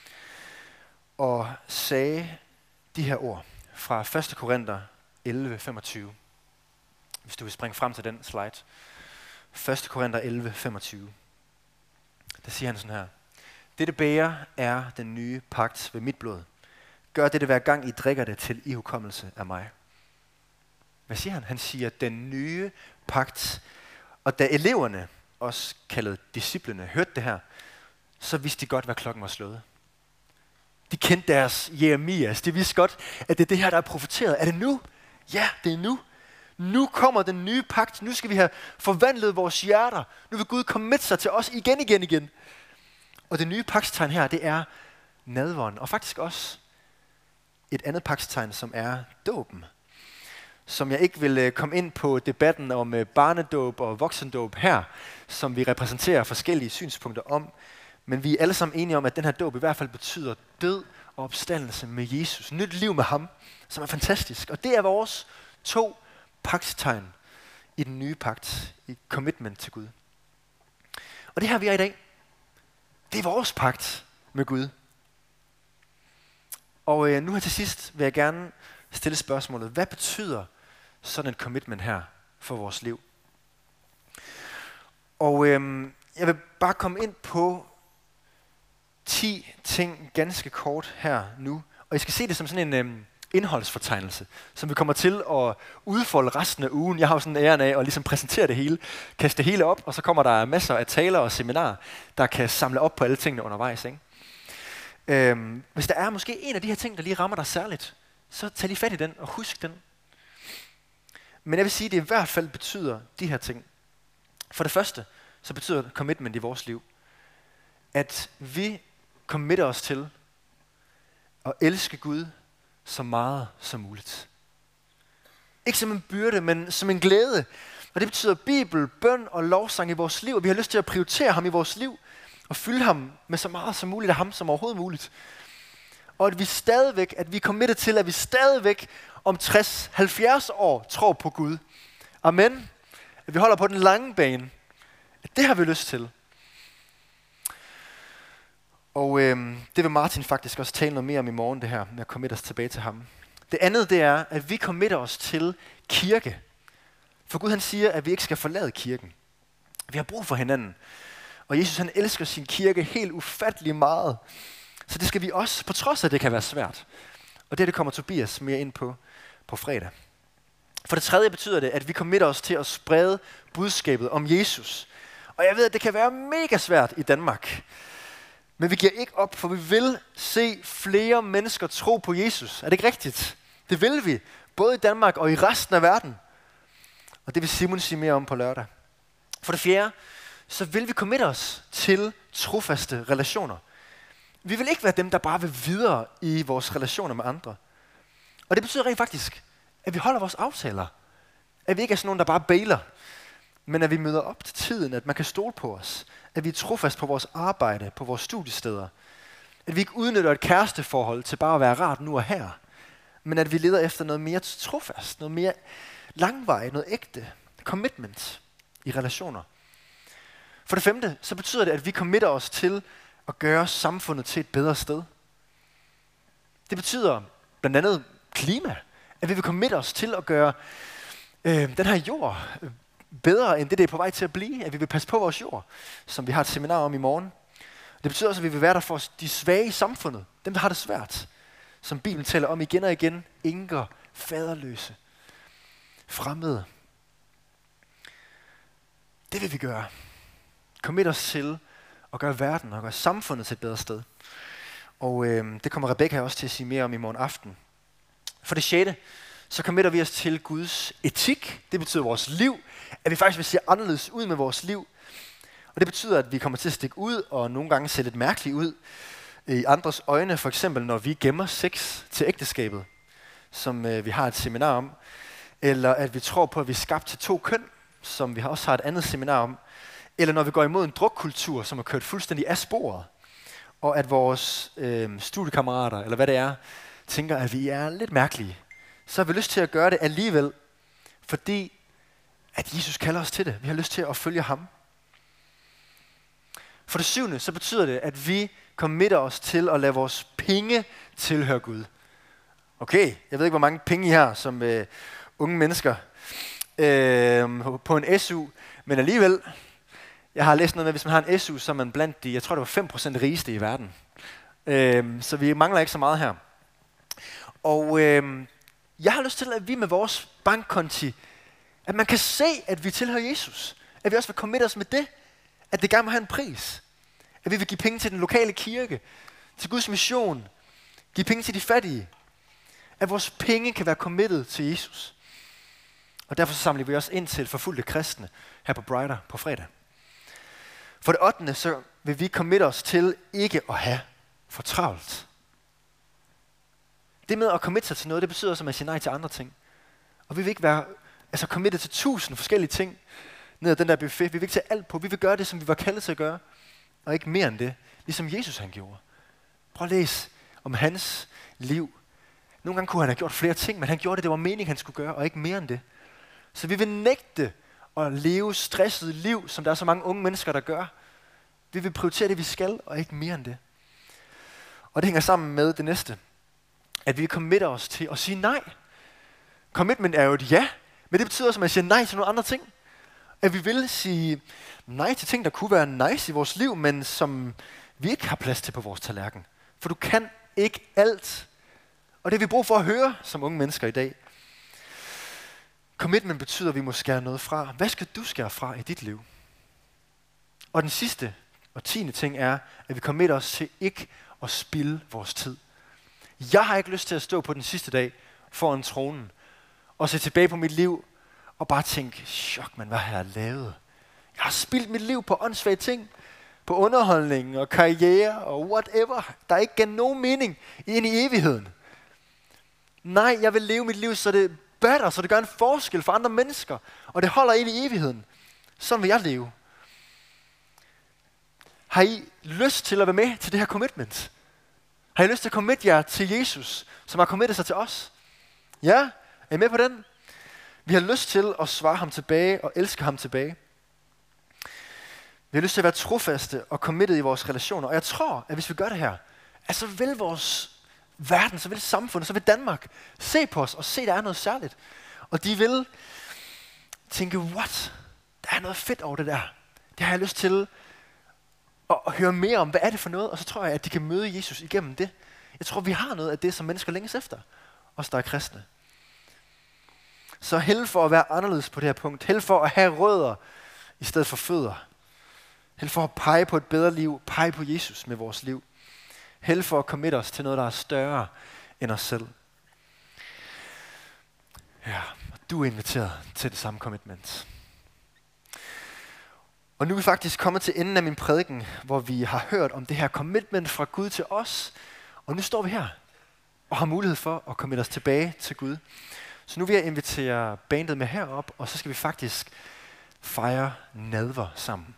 og sagde de her ord fra første Korinther elleve femogtyve. Hvis du vil springe frem til den slide. første Korinther elleve femogtyve. Der siger han sådan her. Dette bæger er den nye pagt ved mit blod. Gør dette hver gang I drikker det til ihukommelse af mig. Hvad siger han? Han siger, den nye pagt. Og da eleverne, også kaldet disciplene, hørte det her, så vidste de godt, hvad klokken var slået. De kendte deres Jeremias. De vidste godt, at det er det her, der er profeteret. Er det nu? Ja, det er nu. Nu kommer den nye pagt. Nu skal vi have forvandlet vores hjerter. Nu vil Gud komme med sig til os igen, igen, igen. Og det nye pagtstegn her, det er nadveren. Og faktisk også et andet pagtstegn, som er dåben. Som jeg ikke vil komme ind på debatten om barnedåb og voksendåb her, som vi repræsenterer forskellige synspunkter om. Men vi er alle sammen enige om, at den her dåb i hvert fald betyder død og opstandelse med Jesus. Nyt liv med ham, som er fantastisk. Og det er vores to pagtstegn i den nye pagt, i commitment til Gud. Og det her vi er i dag, det er vores pagt med Gud. Og øh, nu her til sidst vil jeg gerne stille spørgsmålet, hvad betyder sådan et commitment her for vores liv? Og øh, jeg vil bare komme ind på ti ting ganske kort her nu. Og I skal se det som sådan en øh, indholdsfortegnelse, som vi kommer til at udfolde resten af ugen. Jeg har jo sådan en æren af at ligesom præsentere det hele, kaste det hele op, og så kommer der masser af taler og seminarer, der kan samle op på alle tingene undervejs. Ikke? Øhm, hvis der er måske en af de her ting, der lige rammer dig særligt, så tag lige fat i den og husk den. Men jeg vil sige, at det i hvert fald betyder de her ting. For det første, så betyder commitment i vores liv, at vi committer os til at elske Gud så meget som muligt. Ikke som en byrde, men som en glæde. Og det betyder bibel, bøn og lovsang i vores liv. Og vi har lyst til at prioritere ham i vores liv. Og fylde ham med så meget som muligt af ham som overhovedet muligt. Og at vi stadigvæk, at vi er committed til, at vi stadigvæk om tres halvfjerds år tror på Gud. Amen. At vi holder på den lange bane. At det har vi lyst til. Og øhm, det vil Martin faktisk også tale noget mere om i morgen, det her med at committe os tilbage til ham. Det andet, det er, at vi committer os til kirke. For Gud han siger, at vi ikke skal forlade kirken. Vi har brug for hinanden. Og Jesus han elsker sin kirke helt ufattelig meget. Så det skal vi også, på trods af at det kan være svært. Og det, det kommer Tobias mere ind på på fredag. For det tredje betyder det, at vi committer os til at sprede budskabet om Jesus. Og jeg ved, at det kan være mega svært i Danmark. Men vi giver ikke op, for vi vil se flere mennesker tro på Jesus. Er det ikke rigtigt? Det vil vi, både i Danmark og i resten af verden. Og det vil Simon sige mere om på lørdag. For det fjerde, så vil vi committe os til trofaste relationer. Vi vil ikke være dem, der bare vil videre i vores relationer med andre. Og det betyder rent faktisk, at vi holder vores aftaler. At vi ikke er sådan nogen, der bare bailer, men at vi møder op til tiden, at man kan stole på os. At vi er trofast på vores arbejde, på vores studiesteder. At vi ikke udnytter et kæresteforhold til bare at være rart nu og her, men at vi leder efter noget mere trofast, noget mere langvarigt, noget ægte, commitment i relationer. For det femte, så betyder det, at vi committer os til at gøre samfundet til et bedre sted. Det betyder blandt andet klima, at vi vil committe os til at gøre øh, den her jord øh, bedre, end det, det er på vej til at blive. At vi vil passe på vores jord, som vi har et seminar om i morgen. Det betyder også, at vi vil være der for de svage i samfundet, dem der har det svært, som Bibelen taler om igen og igen, enker, faderløse, fremmede. Det vil vi gøre. Committe os til at gøre verden og gøre samfundet til et bedre sted. Og øh, det kommer Rebecca også til at sige mere om i morgen aften. For det sjette, så committer vi os til Guds etik. Det betyder vores liv, at vi faktisk vil se anderledes ud med vores liv. Og det betyder, at vi kommer til at stikke ud og nogle gange se lidt mærkeligt ud i andres øjne. For eksempel når vi gemmer sex til ægteskabet, som øh, vi har et seminar om. Eller at vi tror på, at vi er skabt til to køn, som vi også har et andet seminar om. Eller når vi går imod en drukkultur, som er kørt fuldstændig af sporet. Og at vores øh, studiekammerater, eller hvad det er, tænker, at vi er lidt mærkelige. Så har vi lyst til at gøre det alligevel, fordi at Jesus kalder os til det. Vi har lyst til at følge ham. For det syvende, så betyder det, at vi committer os til at lade vores penge tilhøre Gud. Okay, jeg ved ikke, hvor mange penge I har som øh, unge mennesker øh, på en S U, men alligevel, jeg har læst noget med, at hvis man har en S U, så er man blandt de, jeg tror det var fem procent rigeste i verden. Øh, så vi mangler ikke så meget her. Og øh, jeg har lyst til, at vi med vores bankkonti, at man kan se, at vi tilhører Jesus. At vi også vil committe os med det. At det gerne må have en pris. At vi vil give penge til den lokale kirke, til Guds mission, give penge til de fattige. At vores penge kan være committed til Jesus. Og derfor så samler vi os ind til forfulgte kristne her på Brighter på fredag. For det ottende, så vil vi committe os til ikke at have for travlt. Det med at committe sig til noget, det betyder også, at man siger nej til andre ting. Og vi vil ikke være altså committed til tusind forskellige ting ned ad den der buffet. Vi vil ikke tage alt på. Vi vil gøre det, som vi var kaldet til at gøre. Og ikke mere end det. Ligesom Jesus han gjorde. Prøv at læse om hans liv. Nogle gange kunne han have gjort flere ting, men han gjorde det, det var meningen, han skulle gøre, og ikke mere end det. Så vi vil nægte at leve stresset liv, som der er så mange unge mennesker, der gør. Vi vil prioritere det, vi skal, og ikke mere end det. Og det hænger sammen med det næste. At vi committer os til at sige nej. Commitment er jo et ja, men det betyder også, at man siger nej til nogle andre ting. At vi vil sige nej til ting, der kunne være nice i vores liv, men som vi ikke har plads til på vores tallerken. For du kan ikke alt. Og det har vi brug for at høre som unge mennesker i dag. Commitment betyder, at vi må skære noget fra. Hvad skal du skære fra i dit liv? Og den sidste og tiende ting er, at vi committer os til ikke at spilde vores tid. Jeg har ikke lyst til at stå på den sidste dag foran tronen og se tilbage på mit liv og bare tænke, chok man, hvad har jeg lavet? Jeg har spildt mit liv på åndssvage ting, på underholdning og karriere og whatever, der ikke gav nogen mening ind i evigheden. Nej, jeg vil leve mit liv, så det batter, så det gør en forskel for andre mennesker, og det holder ind i evigheden. Sådan vil jeg leve. Har I lyst til at være med til det her commitment? Har I lyst til at committe jer til Jesus, som har committet sig til os? Ja? Er I med på den? Vi har lyst til at svare ham tilbage og elske ham tilbage. Vi har lyst til at være trofaste og committed i vores relationer. Og jeg tror, at hvis vi gør det her, at så vil vores verden, så vil samfundet, så vil Danmark se på os og se, at der er noget særligt. Og de vil tænke, what? Der er noget fedt over det der. Det har jeg lyst til at høre mere om, hvad er det for noget? Og så tror jeg, at de kan møde Jesus igennem det. Jeg tror, vi har noget af det, som mennesker længes efter. Os, der er kristne. Så held for at være anderledes på det her punkt. Held for at have rødder i stedet for fødder. Held for at pege på et bedre liv. Pege på Jesus med vores liv. Held for at committe os til noget, der er større end os selv. Ja, og du er inviteret til det samme commitment. Og nu er vi faktisk kommet til enden af min prædiken, hvor vi har hørt om det her commitment fra Gud til os. Og nu står vi her og har mulighed for at committe os tilbage til Gud. Så nu vil jeg invitere bandet med herop, og så skal vi faktisk fejre nadver sammen.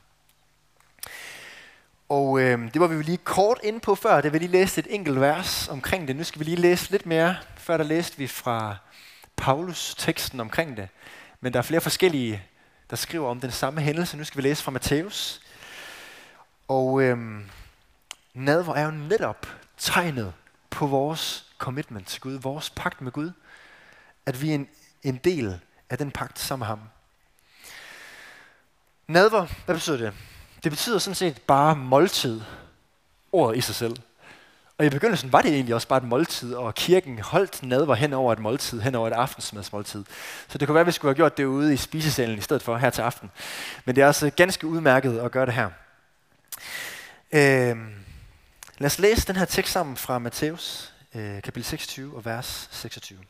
Og øh, det var vi jo lige kort inde på før, da vi lige læste et enkelt vers omkring det. Nu skal vi lige læse lidt mere. Før der læste vi fra Paulus teksten omkring det. Men der er flere forskellige, der skriver om den samme hændelse. Nu skal vi læse fra Matthæus. Og øh, nadver er jo netop tegnet på vores commitment til Gud, vores pagt med Gud. At vi er en, en del af den pagt sammen med ham. Nadver, hvad betyder det? Det betyder sådan set bare måltid, ordet i sig selv. Og i begyndelsen var det egentlig også bare et måltid, og kirken holdt nadver hen over et måltid, hen over et aftensmadsmåltid. Så det kunne være, at vi skulle have gjort det ude i spisesalen i stedet for her til aften. Men det er også ganske udmærket at gøre det her. Øh, lad os læse den her tekst sammen fra Matthæus, øh, kapitel seksogtyve og vers seksogtyve.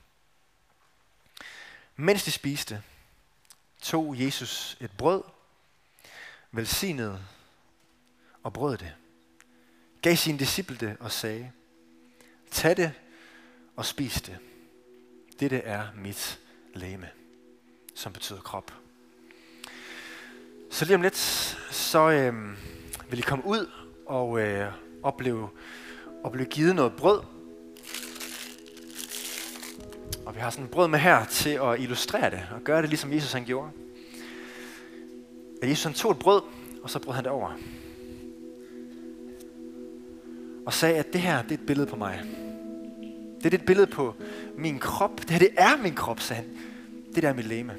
Mens de spiste, tog Jesus et brød, velsignede og brød det, gav sine disciple det og sagde, tag det og spis det. Dette er mit legeme, som betyder krop. Så lige om lidt, så øh, vil I komme ud og øh, opleve, opleve givet noget brød. Og vi har sådan et brød med her til at illustrere det, og gøre det ligesom Jesus han gjorde. At Jesus han tog et brød, og så brød han det over. Og sagde, at det her, det er et billede på mig. Det er et billede på min krop. Det her, det er min krop, sagde han. Det der er mit legeme.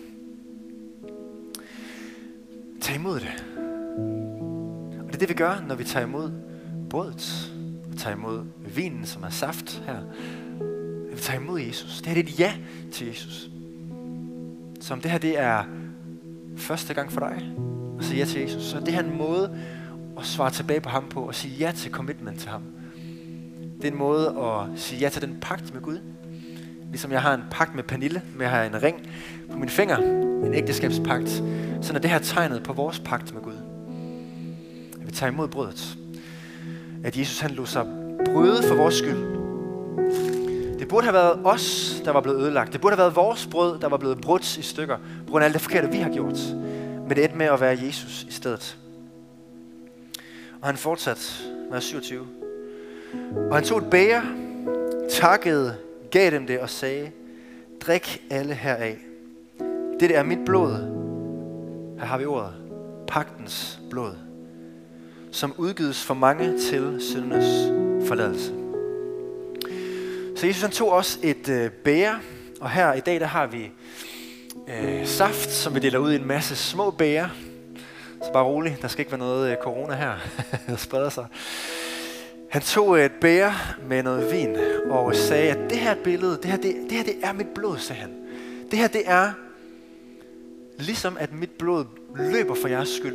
Tag imod det. Og det er det, vi gør, når vi tager imod brødet. Og tager imod vinen, som er saft her. Vi tager imod Jesus. Det her det er et ja til Jesus. Så om det her det er første gang for dig at sige ja til Jesus, så er det her en måde at svare tilbage på ham på og sige ja til commitment til ham. Det er en måde at sige ja til den pagt med Gud. Ligesom jeg har en pagt med Pernille, med at have en ring på mine fingre, en ægteskabspagt, så er det her tegnet på vores pagt med Gud. At vi tager imod brødet. At Jesus han lod sig bryde for vores skyld. Det burde have været os, der var blevet ødelagt. Det burde have været vores brød, der var blevet brudt i stykker, på grund af alt det forkerte, vi har gjort. Men det endte med at være Jesus i stedet. Og han fortsatte, vers syvogtyve. Og han tog et bæger, takkede, gav dem det og sagde, drik alle heraf. Dette er mit blod. Her har vi ordet. Pagtens blod. Som udgives for mange til syndernes forladelse. Så Jesus han tog også et øh, bæger, og her i dag der har vi øh, saft, som vi deler ud i en masse små bæger. Så bare rolig, der skal ikke være noget øh, corona her, der spreder sig. Han tog et bæger med noget vin og sagde, at det her billede, det her det, det her det er mit blod, sagde han. Det her det er ligesom at mit blod løber for jeres skyld.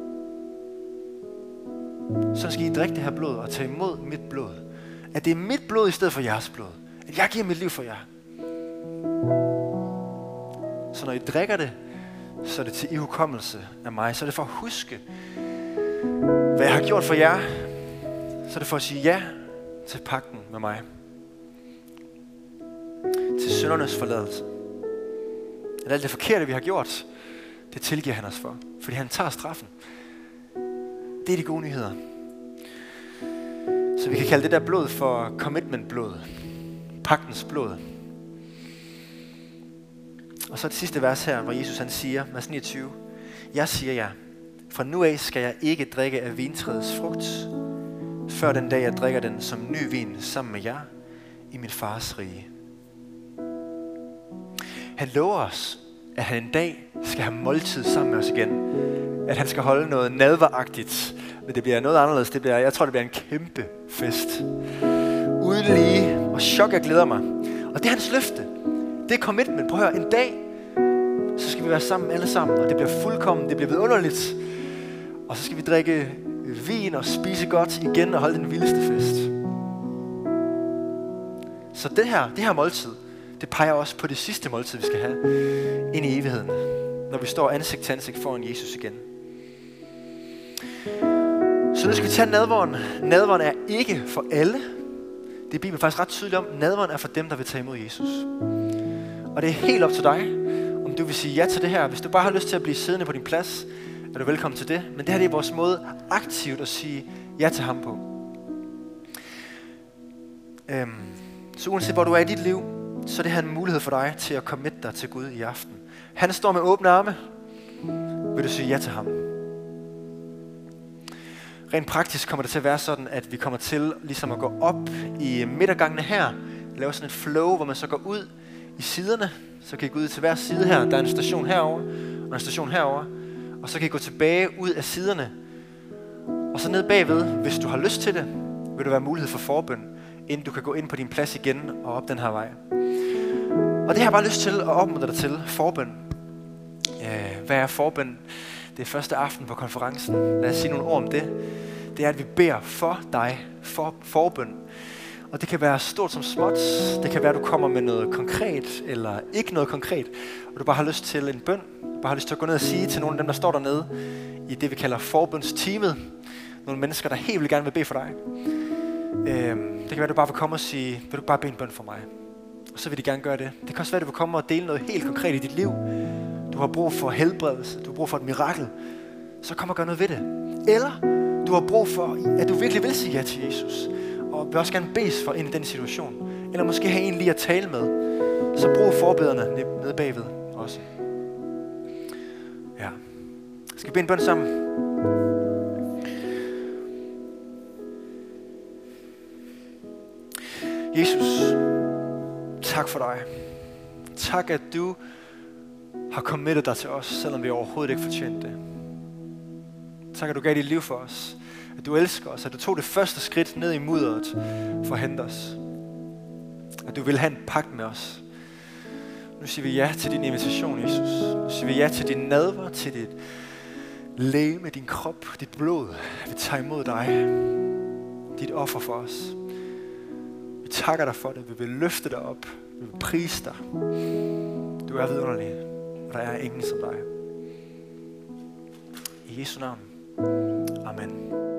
Så skal I drikke det her blod og tage imod mit blod. At det er mit blod i stedet for jeres blod. At jeg giver mit liv for jer. Så når I drikker det, så er det til ihukommelse af mig. Så er det for at huske, hvad jeg har gjort for jer. Så er det for at sige ja til pagten med mig. Til syndernes forladelse. At alt det forkerte, vi har gjort, det tilgiver han os for. Fordi han tager straffen. Det er de gode nyheder. Så vi kan kalde det der blod for commitment-blod. Pagtens blod. Og så det sidste vers her, hvor Jesus han siger, vers niogtyve. Jeg siger jer, fra nu af skal jeg ikke drikke af vintræets frugt, før den dag jeg drikker den som ny vin sammen med jer i min fars rige. Han lover os, at han en dag skal have måltid sammen med os igen. At han skal holde noget nadveragtigt. Men det bliver noget anderledes. Det bliver, jeg tror, det bliver en kæmpe fest. uden lige, og chok, jeg glæder mig. Og det er hans løfte. Det er commitment. Prøv at høre, en dag, så skal vi være sammen alle sammen, og det bliver fuldkommen, det bliver vidunderligt. Og så skal vi drikke vin og spise godt igen og holde den vildeste fest. Så det her, det her måltid, det peger også på det sidste måltid, vi skal have ind i evigheden, når vi står ansigt til ansigt foran Jesus igen. Så nu skal vi tage nadveren. Nadveren er ikke for alle. Det er Bibelen faktisk ret tydeligt om. Nadveren er for dem, der vil tage imod Jesus. Og det er helt op til dig, om du vil sige ja til det her. Hvis du bare har lyst til at blive siddende på din plads, er du velkommen til det. Men det her det er vores måde aktivt at sige ja til ham på. Øhm, så uanset hvor du er i dit liv, så er det her en mulighed for dig til at committe dig til Gud i aften. Han står med åbne arme. Vil du sige ja til ham? Rent praktisk kommer det til at være sådan, at vi kommer til ligesom at gå op i midtergangene her, lave sådan et flow, hvor man så går ud i siderne. Så kan I gå ud til hver side her. Der er en station herover og en station herover. Og så kan I gå tilbage ud af siderne. Og så ned bagved, hvis du har lyst til det, vil der være mulighed for forbøn, inden du kan gå ind på din plads igen og op den her vej. Og det har jeg bare lyst til at opmuntre dig til, forbøn. Øh, hvad er forbøn? Det er første aften på konferencen. Lad os sige nogle ord om det. Det er, at vi beder for dig, for forbøn. Og det kan være stort som småt. Det kan være, at du kommer med noget konkret, eller ikke noget konkret. Og du bare har lyst til en bøn. Du bare har lyst til at gå ned og sige til nogle af dem, der står dernede, i det, vi kalder forbønsteamet. Nogle mennesker, der helt vil gerne vil bede for dig. Øhm, det kan være, at du bare vil komme og sige, vil du bare bede en bøn for mig? Og så vil de gerne gøre det. Det kan også være, at du vil komme og dele noget helt konkret i dit liv. Du har brug for helbredelse. Du har brug for et mirakel. Så kom og gør noget ved det. Eller du har brug for, at du virkelig vil sige ja til Jesus. Og vil også gerne bedes for ind i den situation. Eller måske have en lige at tale med. Så brug forbederne nede bagved også. Ja. Skal vi bede en bøn sammen? Jesus, tak for dig. Tak, at du har committet dig til os, selvom vi overhovedet ikke fortjente det. Tak, at du gav dit liv for os. At du elsker os. At du tog det første skridt ned i mudderet for at hente os. At du vil have en pagt med os. Nu siger vi ja til din invitation, Jesus. Nu siger vi ja til din nadver, til dit legeme, din krop, dit blod. Vi tager imod dig. Dit offer for os. Vi takker dig for det. Vi vil løfte dig op. Vi vil prise dig. Du er vidunderlig. Og der er ingen som dig. I Jesu navn. Amen.